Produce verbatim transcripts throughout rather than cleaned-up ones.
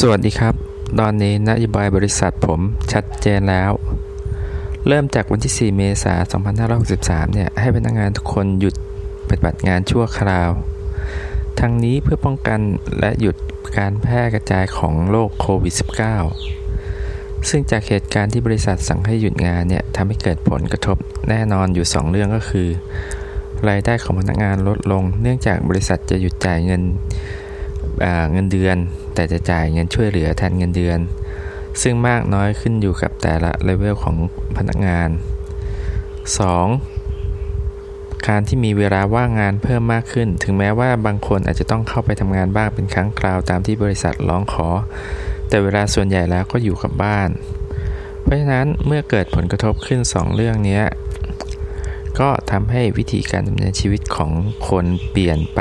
วัสดีครับตอนนี้นโยบายบริษัทผมชัดเจนแล้วเริ่มจากวันที่สี่เมษายนสองพันห้าร้อยหกสิบสามเนี่ยให้พนักงานทุกคนหยุดปฏิบัติงานชั่วคราวทั้งนี้เพื่อป้องกันและหยุดการแพร่กระจายของโรคโควิด สิบเก้า ซึ่งจากเหตุการณ์ที่บริษัทสั่งให้หยุดงานเนี่ยทำให้เกิดผลกระทบแน่นอนอยู่สองเรื่องก็คือรายได้ของพนักงานลดลงเนื่องจากบริษัทจะหยุดจ่ายเงินเงินเดือนแต่จะจ่ายเงินช่วยเหลือแทนเงินเดือนซึ่งมากน้อยขึ้นอยู่กับแต่ละเลเวลของพนักงาน สอง การที่มีเวลาว่างงานเพิ่มมากขึ้นถึงแม้ว่าบางคนอาจจะต้องเข้าไปทำงานบ้างเป็นครั้งคราวตามที่บริษัทร้องขอแต่เวลาส่วนใหญ่แล้วก็อยู่กับบ้านเพราะฉะนั้นเมื่อเกิดผลกระทบขึ้นสองเรื่องนี้ก็ทำให้วิธีการดำเนินชีวิตของคนเปลี่ยนไป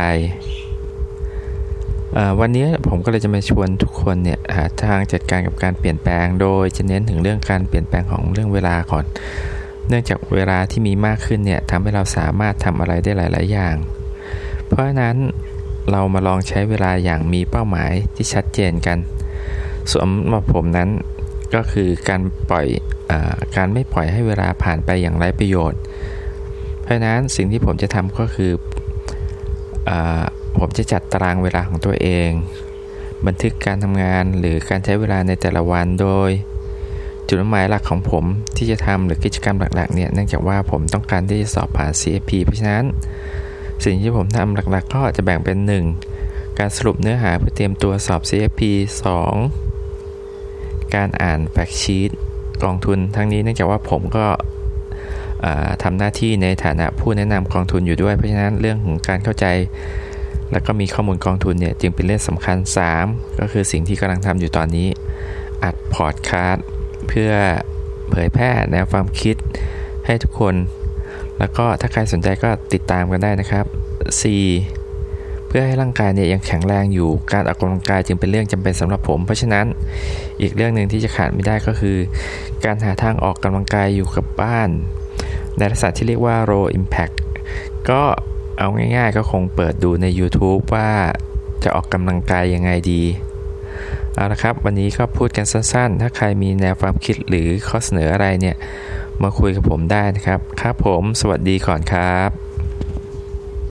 วันนี้ผมก็เลยจะมาชวนทุกคนเนี่ยหาทางจัดการกับการเปลี่ยนแปลงโดยจะเน้นถึงเรื่องการเปลี่ยนแปลงของเรื่องเวลาก่อนเนื่องจากเวลาที่มีมากขึ้นเนี่ยทำให้เราสามารถทำอะไรได้หลายๆอย่างเพราะฉะนั้นเรามาลองใช้เวลาอย่างมีเป้าหมายที่ชัดเจนกันส่วนสำหรับผมนั้นก็คือการปล่อยอ่าการไม่ปล่อยให้เวลาผ่านไปอย่างไร้ประโยชน์เพราะฉะนั้นสิ่งที่ผมจะทำก็คืออ่าผมจะจัดตารางเวลาของตัวเองบันทึกการทำงานหรือการใช้เวลาในแต่ละวันโดยจุดหมายหลักของผมที่จะทำหรือกิจกรรมหลักๆเนี่ยเนื่องจากว่าผมต้องการที่จะสอบผ่าน ซี เอฟ พี เพราะฉะนั้นสิ่งที่ผมทำหลักๆก็จะแบ่งเป็นหนึ่งการสรุปเนื้อหาเพื่อเตรียมตัวสอบ ซี เอฟ พี สองการอ่านแฟกต์ชีทกองทุนทั้งนี้เนื่องจากว่าผมก็ทำหน้าที่ในฐานะผู้แนะนำกองทุนอยู่ด้วยเพราะฉะนั้นเรื่องของการเข้าใจแล้วก็มีข้อมูลกองทุนเนี่ยจึงเป็นเรื่องสำคัญสามก็คือสิ่งที่กำลังทำอยู่ตอนนี้อัดพอดคาสต์เพื่อเผยแพร่แนวความคิดให้ทุกคนแล้วก็ถ้าใครสนใจก็ติดตามกันได้นะครับสี่เพื่อให้ร่างกายเนี่ยยังแข็งแรงอยู่การออกกำลังกายจึงเป็นเรื่องจำเป็นสำหรับผมเพราะฉะนั้นอีกเรื่องนึงที่จะขาดไม่ได้ก็คือการหาทางออกกำลังกายอยู่กับบ้านในลักษณะที่เรียกว่า low impact ก็เอาง่ายๆก็คงเปิดดูใน YouTube ว่าจะออกกำลังกายยังไงดีเอาละครับวันนี้ก็พูดกันสั้นๆถ้าใครมีแนวความคิดหรือข้อเสนออะไรเนี่ยมาคุยกับผมได้นะครับครับผมสวัสดีก่อนครับ